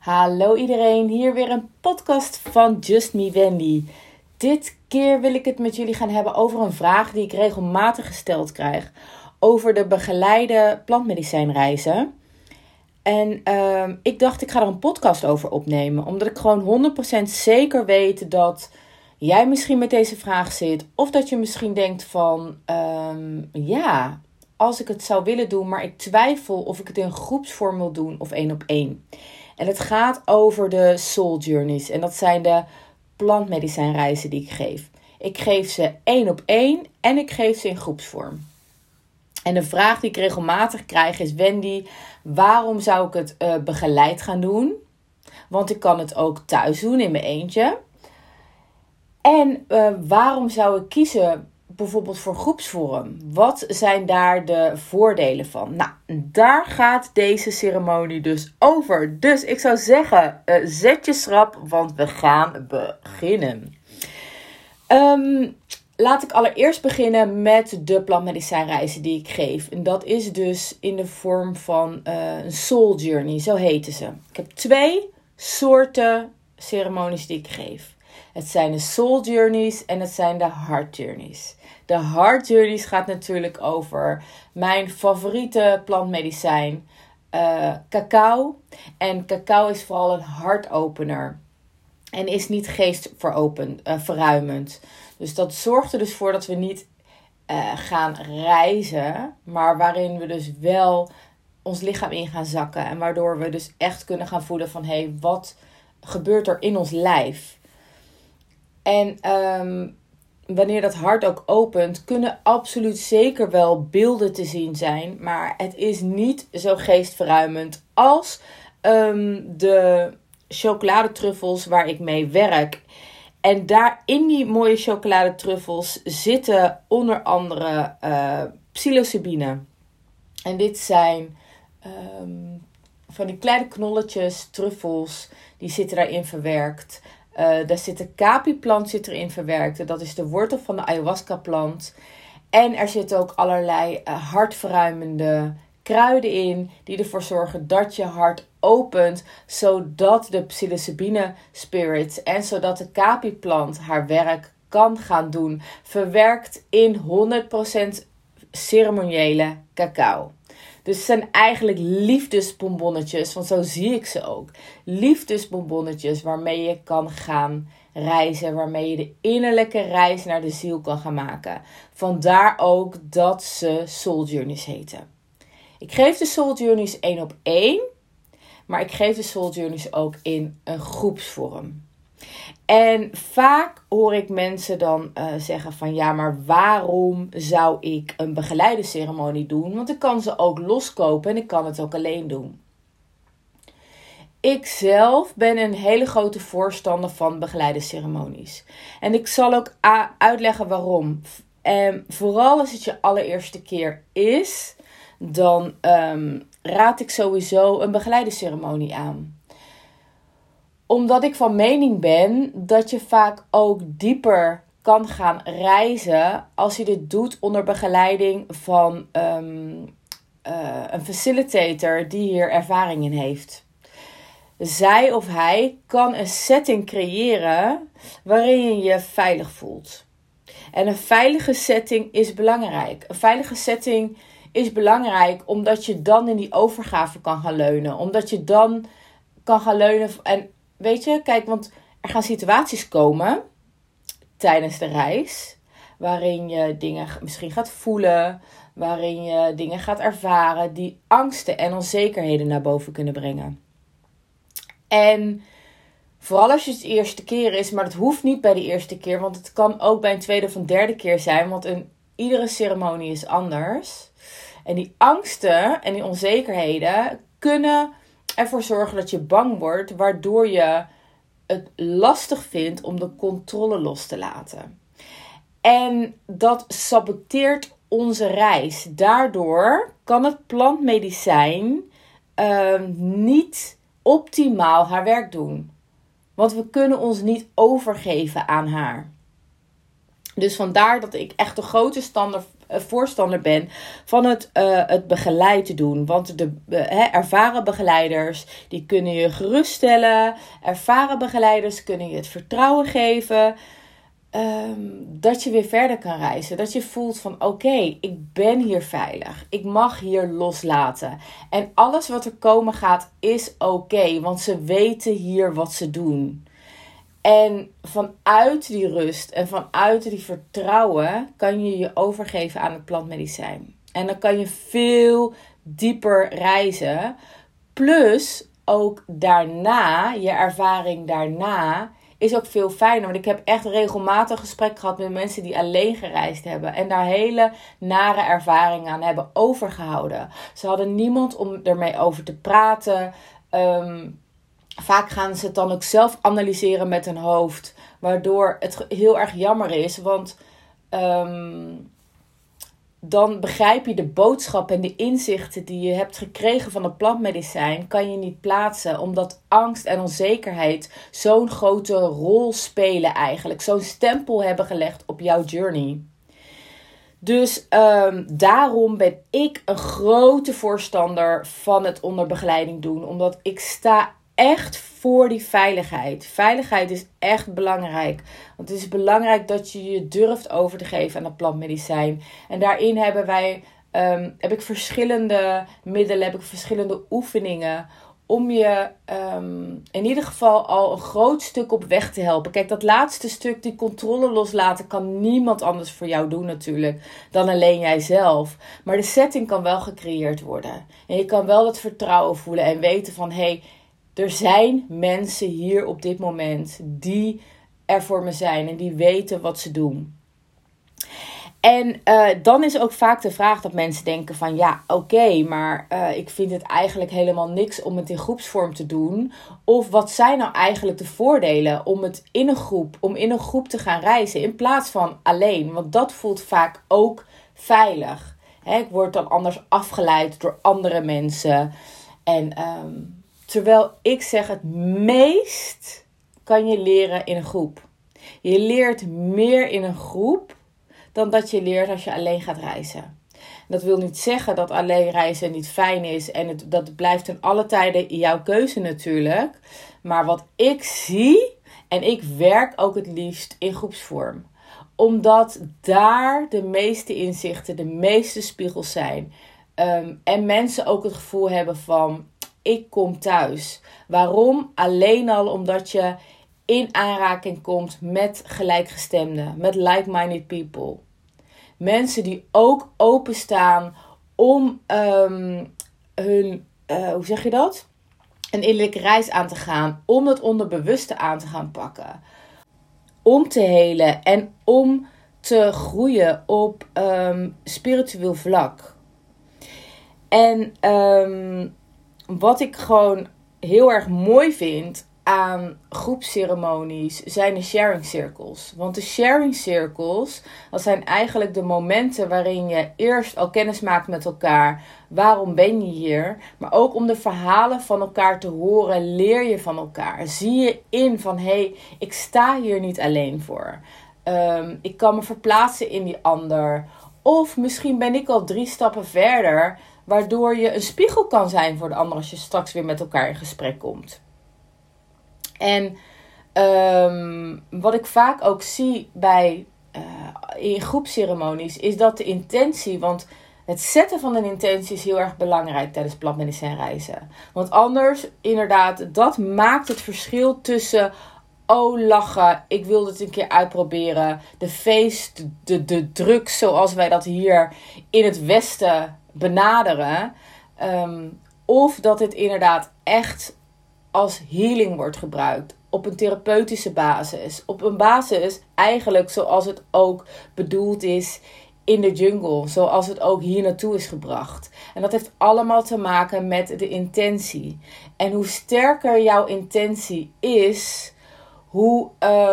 Hallo iedereen, hier weer een podcast van Just Me Wendy. Dit keer wil ik het met jullie gaan hebben over een vraag die ik regelmatig gesteld krijg. Over de begeleide plantmedicijnreizen. En ik dacht ik ga er een podcast over opnemen. Omdat ik gewoon 100% zeker weet dat jij misschien met deze vraag zit. Of dat je misschien denkt van als ik het zou willen doen, maar ik twijfel of ik het in groepsvorm wil doen of 1-op-1. En het gaat over de Soul Journeys. En dat zijn de plantmedicijnreizen die ik geef. Ik geef ze 1-op-1 en ik geef ze in groepsvorm. En de vraag die ik regelmatig krijg is: Wendy, waarom zou ik het begeleid gaan doen? Want ik kan het ook thuis doen in mijn eentje. En waarom zou ik kiezen bijvoorbeeld voor groepsvorm? Wat zijn daar de voordelen van? Nou, daar gaat deze ceremonie dus over. Dus ik zou zeggen, zet je schrap, want we gaan beginnen. Laat ik allereerst beginnen met de plantmedicijnreizen die ik geef. En dat is dus in de vorm van een Soul Journey, zo heten ze. Ik heb 2 soorten ceremonies die ik geef. Het zijn de Soul Journeys en het zijn de Heart Journeys. De Heart Journeys gaat natuurlijk over mijn favoriete plantmedicijn, cacao. En cacao is vooral een hartopener en is niet geestverruimend. Dus dat zorgt er dus voor dat we niet gaan reizen, maar waarin we dus wel ons lichaam in gaan zakken. En waardoor we dus echt kunnen gaan voelen van wat gebeurt er in ons lijf? En wanneer dat hart ook opent, kunnen absoluut zeker wel beelden te zien zijn. Maar het is niet zo geestverruimend als de chocoladetruffels waar ik mee werk. En daar in die mooie chocoladetruffels zitten onder andere psilocybine. En dit zijn van die kleine knolletjes, truffels, die zitten daarin verwerkt. Daar zit de capi-plant erin verwerkt. Dat is de wortel van de ayahuasca-plant. En er zitten ook allerlei hartverruimende kruiden in, die ervoor zorgen dat je hart opent, zodat de psilocybine spirits en zodat de capi-plant haar werk kan gaan doen. Verwerkt in 100% ceremoniële cacao. Dus het zijn eigenlijk liefdesbonbonnetjes, want zo zie ik ze ook. Liefdesbonbonnetjes waarmee je kan gaan reizen, waarmee je de innerlijke reis naar de ziel kan gaan maken. Vandaar ook dat ze Soul Journeys heten. Ik geef de Soul Journeys 1-op-1, maar ik geef de Soul Journeys ook in een groepsvorm. En vaak hoor ik mensen dan zeggen van maar waarom zou ik een begeleide ceremonie doen? Want ik kan ze ook loskopen en ik kan het ook alleen doen. Ik zelf ben een hele grote voorstander van begeleide ceremonies. En ik zal ook uitleggen waarom. Vooral als het je allereerste keer is, dan raad ik sowieso een begeleide ceremonie aan. Omdat ik van mening ben dat je vaak ook dieper kan gaan reizen als je dit doet onder begeleiding van een facilitator die hier ervaring in heeft. Zij of hij kan een setting creëren waarin je je veilig voelt. En een veilige setting is belangrijk. Een veilige setting is belangrijk omdat je dan in die overgave kan gaan leunen. Omdat je dan kan gaan leunen en weet je, kijk, want er gaan situaties komen tijdens de reis waarin je dingen misschien gaat voelen, waarin je dingen gaat ervaren die angsten en onzekerheden naar boven kunnen brengen. En vooral als je het de eerste keer is, maar dat hoeft niet bij de eerste keer, want het kan ook bij een tweede of een derde keer zijn, want iedere ceremonie is anders. En die angsten en die onzekerheden kunnen ervoor zorgen dat je bang wordt, waardoor je het lastig vindt om de controle los te laten. En dat saboteert onze reis. Daardoor kan het plantmedicijn niet optimaal haar werk doen. Want we kunnen ons niet overgeven aan haar. Dus vandaar dat ik echt de grote voorstander ben van het begeleid te doen. Want de ervaren begeleiders, die kunnen je geruststellen. Ervaren begeleiders kunnen je het vertrouwen geven. Dat je weer verder kan reizen. Dat je voelt van oké, ik ben hier veilig. Ik mag hier loslaten. En alles wat er komen gaat is oké, want ze weten hier wat ze doen. En vanuit die rust en vanuit die vertrouwen kan je je overgeven aan het plantmedicijn. En dan kan je veel dieper reizen. Plus ook daarna, je ervaring daarna is ook veel fijner. Want ik heb echt regelmatig gesprek gehad met mensen die alleen gereisd hebben. En daar hele nare ervaringen aan hebben overgehouden. Ze hadden niemand om ermee over te praten. Vaak gaan ze het dan ook zelf analyseren met hun hoofd. Waardoor het heel erg jammer is. Want dan begrijp je de boodschap en de inzichten die je hebt gekregen van het plantmedicijn, kan je niet plaatsen. Omdat angst en onzekerheid zo'n grote rol spelen eigenlijk. Zo'n stempel hebben gelegd op jouw journey. Dus daarom ben ik een grote voorstander van het onder begeleiding doen. Omdat ik sta echt voor die veiligheid. Veiligheid is echt belangrijk. Want het is belangrijk dat je je durft over te geven aan het plantmedicijn. En daarin heb ik verschillende middelen, heb ik verschillende oefeningen om je in ieder geval al een groot stuk op weg te helpen. Kijk, dat laatste stuk, die controle loslaten, kan niemand anders voor jou doen natuurlijk dan alleen jijzelf. Maar de setting kan wel gecreëerd worden. En je kan wel dat vertrouwen voelen en weten van er zijn mensen hier op dit moment die er voor me zijn en die weten wat ze doen. En dan is ook vaak de vraag dat mensen denken van ja, oké, maar ik vind het eigenlijk helemaal niks om het in groepsvorm te doen. Of wat zijn nou eigenlijk de voordelen om het in een groep te gaan reizen in plaats van alleen? Want dat voelt vaak ook veilig. Ik word dan anders afgeleid door andere mensen. En terwijl ik zeg, het meest kan je leren in een groep. Je leert meer in een groep dan dat je leert als je alleen gaat reizen. Dat wil niet zeggen dat alleen reizen niet fijn is. En dat blijft ten alle tijden jouw keuze natuurlijk. Maar wat ik zie, en ik werk ook het liefst in groepsvorm. Omdat daar de meeste inzichten, de meeste spiegels zijn. En mensen ook het gevoel hebben van, ik kom thuis. Waarom? Alleen al omdat je in aanraking komt met gelijkgestemden. Met like-minded people. Mensen die ook openstaan om hun, hoe zeg je dat? Een innerlijke reis aan te gaan. Om het onderbewuste aan te gaan pakken. Om te helen en om te groeien op spiritueel vlak. En wat ik gewoon heel erg mooi vind aan groepsceremonies zijn de sharing circles. Want de sharing circles, dat zijn eigenlijk de momenten waarin je eerst al kennis maakt met elkaar. Waarom ben je hier? Maar ook om de verhalen van elkaar te horen, leer je van elkaar. Zie je in van, ik sta hier niet alleen voor. Ik kan me verplaatsen in die ander. Of misschien ben ik al 3 stappen verder, waardoor je een spiegel kan zijn voor de ander als je straks weer met elkaar in gesprek komt. En wat ik vaak ook zie in groepsceremonies is dat de intentie, want het zetten van een intentie is heel erg belangrijk tijdens plantmedicijnreizen. Want anders, inderdaad, dat maakt het verschil tussen, lachen, ik wil dit een keer uitproberen, de feest, de drugs zoals wij dat hier in het Westen benaderen. Of dat het inderdaad echt als healing wordt gebruikt. Op een therapeutische basis. Op een basis eigenlijk zoals het ook bedoeld is in de jungle. Zoals het ook hier naartoe is gebracht. En dat heeft allemaal te maken met de intentie. En hoe sterker jouw intentie is, hoe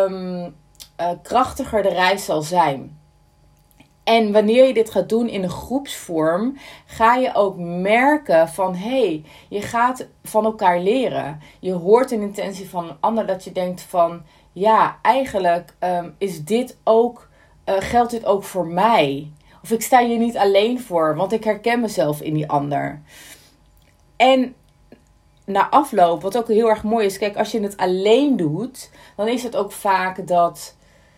krachtiger de reis zal zijn. En wanneer je dit gaat doen in een groepsvorm, ga je ook merken van, je gaat van elkaar leren. Je hoort een intentie van een ander dat je denkt van, ja, eigenlijk is dit ook, geldt dit ook voor mij. Of ik sta hier niet alleen voor, want ik herken mezelf in die ander. En na afloop, wat ook heel erg mooi is, kijk, als je het alleen doet, dan is het ook vaak dat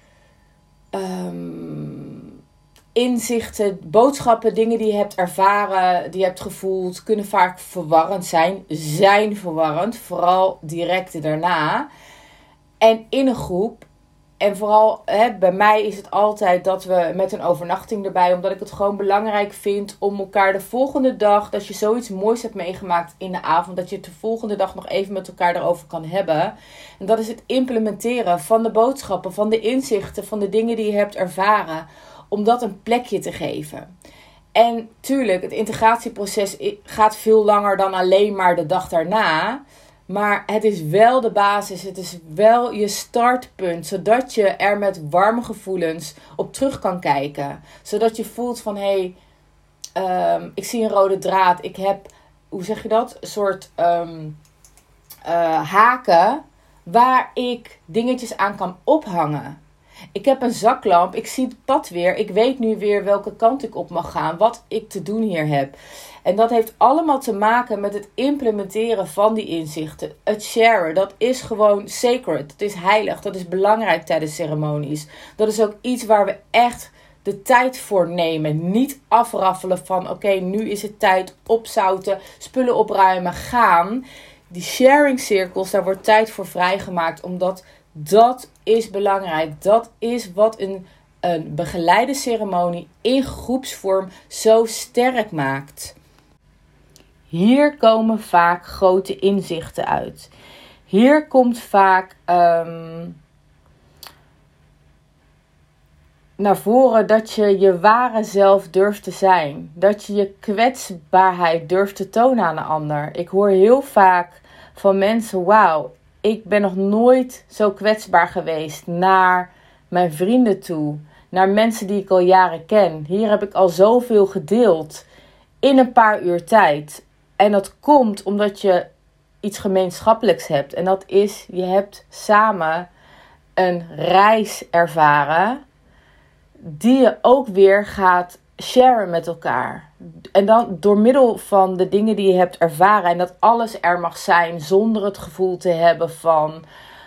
inzichten, boodschappen, dingen die je hebt ervaren, die je hebt gevoeld, kunnen vaak verwarrend zijn verwarrend, vooral direct daarna. En in een groep, en vooral bij mij is het altijd dat we met een overnachting erbij, omdat ik het gewoon belangrijk vind om elkaar de volgende dag, dat je zoiets moois hebt meegemaakt in de avond, dat je het de volgende dag nog even met elkaar erover kan hebben. En dat is het implementeren van de boodschappen, van de inzichten, van de dingen die je hebt ervaren, om dat een plekje te geven. En tuurlijk, het integratieproces gaat veel langer dan alleen maar de dag daarna. Maar het is wel de basis, het is wel je startpunt, zodat je er met warme gevoelens op terug kan kijken. Zodat je voelt van, ik zie een rode draad, ik heb, hoe zeg je dat, een soort haken waar ik dingetjes aan kan ophangen. Ik heb een zaklamp, ik zie het pad weer, ik weet nu weer welke kant ik op mag gaan, wat ik te doen hier heb. En dat heeft allemaal te maken met het implementeren van die inzichten. Het sharen, dat is gewoon sacred, dat is heilig, dat is belangrijk tijdens ceremonies. Dat is ook iets waar we echt de tijd voor nemen. Niet afraffelen van oké, nu is het tijd, opzouten, spullen opruimen, gaan. Die sharing cirkels, daar wordt tijd voor vrijgemaakt, omdat dat is belangrijk. Dat is wat een begeleide ceremonie in groepsvorm zo sterk maakt. Hier komen vaak grote inzichten uit. Hier komt vaak naar voren dat je je ware zelf durft te zijn. Dat je je kwetsbaarheid durft te tonen aan een ander. Ik hoor heel vaak van mensen, wauw, ik ben nog nooit zo kwetsbaar geweest naar mijn vrienden toe. Naar mensen die ik al jaren ken. Hier heb ik al zoveel gedeeld in een paar uur tijd. En dat komt omdat je iets gemeenschappelijks hebt. En dat is, je hebt samen een reis ervaren die je ook weer gaat sharen met elkaar. En dan door middel van de dingen die je hebt ervaren. En dat alles er mag zijn zonder het gevoel te hebben van,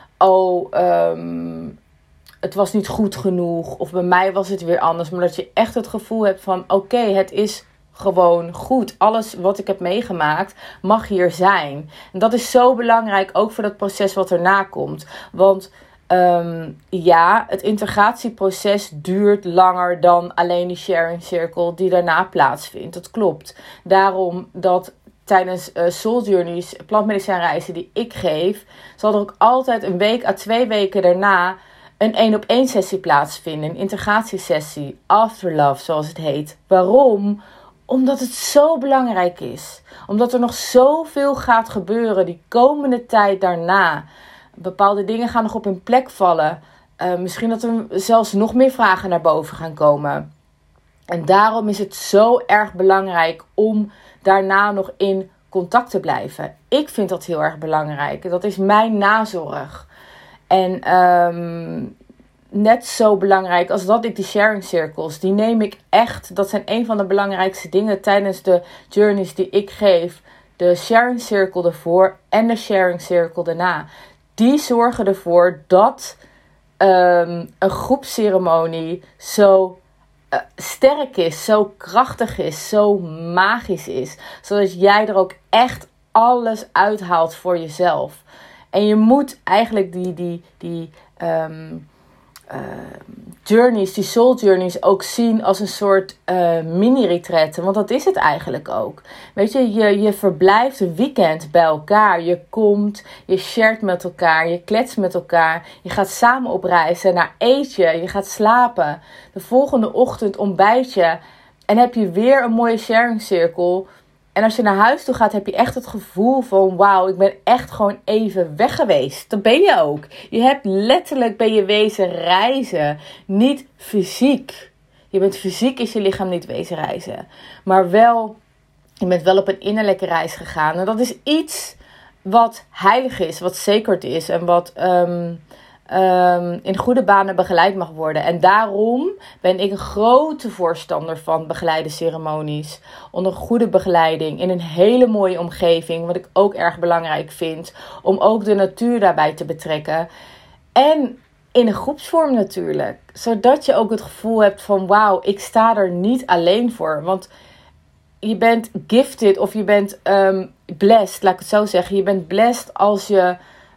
het was niet goed genoeg. Of bij mij was het weer anders. Maar dat je echt het gevoel hebt van, oké, het is gewoon goed. Alles wat ik heb meegemaakt mag hier zijn. En dat is zo belangrijk, ook voor dat proces wat erna komt. Want het integratieproces duurt langer dan alleen die sharing circle die daarna plaatsvindt. Dat klopt. Daarom dat tijdens Soul Journeys, plantmedicijnreizen die ik geef, zal er ook altijd een week à 2 weken daarna een 1-op-1 sessie plaatsvinden. Een integratiesessie, after love zoals het heet. Waarom? Omdat het zo belangrijk is. Omdat er nog zoveel gaat gebeuren die komende tijd daarna. Bepaalde dingen gaan nog op hun plek vallen. Misschien dat er zelfs nog meer vragen naar boven gaan komen. En daarom is het zo erg belangrijk om daarna nog in contact te blijven. Ik vind dat heel erg belangrijk. Dat is mijn nazorg. En net zo belangrijk als dat ik die sharing circles, die neem ik echt. Dat zijn een van de belangrijkste dingen tijdens de journeys die ik geef. De sharing circle ervoor en de sharing circle daarna. Die zorgen ervoor dat een groepsceremonie zo sterk is, zo krachtig is, zo magisch is. Zodat jij er ook echt alles uithaalt voor jezelf. En je moet eigenlijk die journeys, die soul journeys ook zien als een soort mini-retraite. Want dat is het eigenlijk ook. Weet je, je verblijft een weekend bij elkaar. Je komt, je sharet met elkaar, je kletst met elkaar. Je gaat samen op reis, naar eten, je gaat slapen. De volgende ochtend ontbijt je en heb je weer een mooie sharing circle. En als je naar huis toe gaat, heb je echt het gevoel van, wauw, ik ben echt gewoon even weg geweest. Dat ben je ook. Je hebt letterlijk bij je wezen reizen. Niet fysiek. Je bent fysiek, is je lichaam niet wezen reizen. Maar wel, je bent wel op een innerlijke reis gegaan. En dat is iets wat heilig is, wat sacred is. En wat in goede banen begeleid mag worden. En daarom ben ik een grote voorstander van begeleide ceremonies. Onder goede begeleiding, in een hele mooie omgeving. Wat ik ook erg belangrijk vind. Om ook de natuur daarbij te betrekken. En in een groepsvorm natuurlijk. Zodat je ook het gevoel hebt van wauw, ik sta er niet alleen voor. Want je bent gifted of je bent blessed, laat ik het zo zeggen. Je bent blessed als je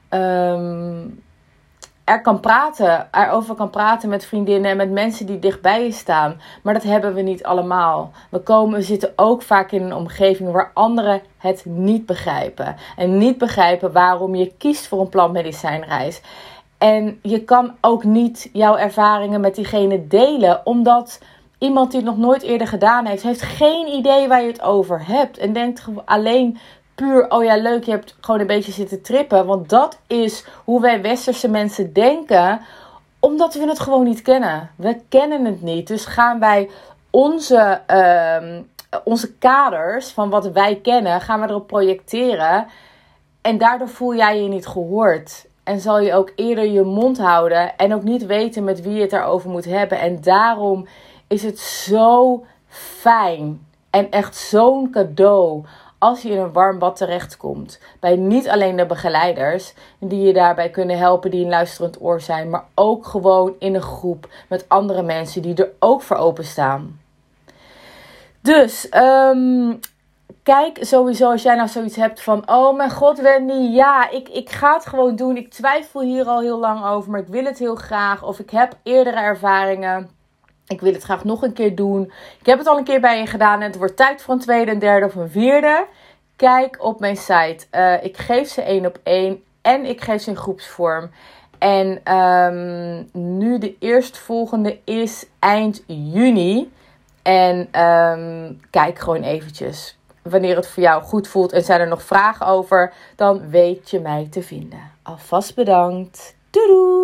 erover kan praten met vriendinnen en met mensen die dichtbij je staan. Maar dat hebben we niet allemaal. We zitten ook vaak in een omgeving waar anderen het niet begrijpen. En niet begrijpen waarom je kiest voor een plantmedicijnreis. En je kan ook niet jouw ervaringen met diegene delen, omdat iemand die het nog nooit eerder gedaan heeft geen idee waar je het over hebt. En denkt alleen puur, oh ja leuk, je hebt gewoon een beetje zitten trippen. Want dat is hoe wij westerse mensen denken, omdat we het gewoon niet kennen. We kennen het niet. Dus gaan wij onze kaders van wat wij kennen, gaan we erop projecteren. En daardoor voel jij je niet gehoord. En zal je ook eerder je mond houden en ook niet weten met wie je het daarover moet hebben. En daarom is het zo fijn en echt zo'n cadeau als je in een warm bad terechtkomt. Bij niet alleen de begeleiders die je daarbij kunnen helpen, die een luisterend oor zijn. Maar ook gewoon in een groep met andere mensen die er ook voor openstaan. Dus kijk sowieso als jij nou zoiets hebt van, oh mijn god Wendy, ja, ik ga het gewoon doen. Ik twijfel hier al heel lang over, maar ik wil het heel graag. Of ik heb eerdere ervaringen. Ik wil het graag nog een keer doen. Ik heb het al een keer bij je gedaan en het wordt tijd voor een tweede, een derde of een vierde. Kijk op mijn site. Ik geef ze 1-op-1 en ik geef ze in groepsvorm. En nu de eerstvolgende is eind juni. En kijk gewoon eventjes. Wanneer het voor jou goed voelt en zijn er nog vragen over, dan weet je mij te vinden. Alvast bedankt. Doei doei!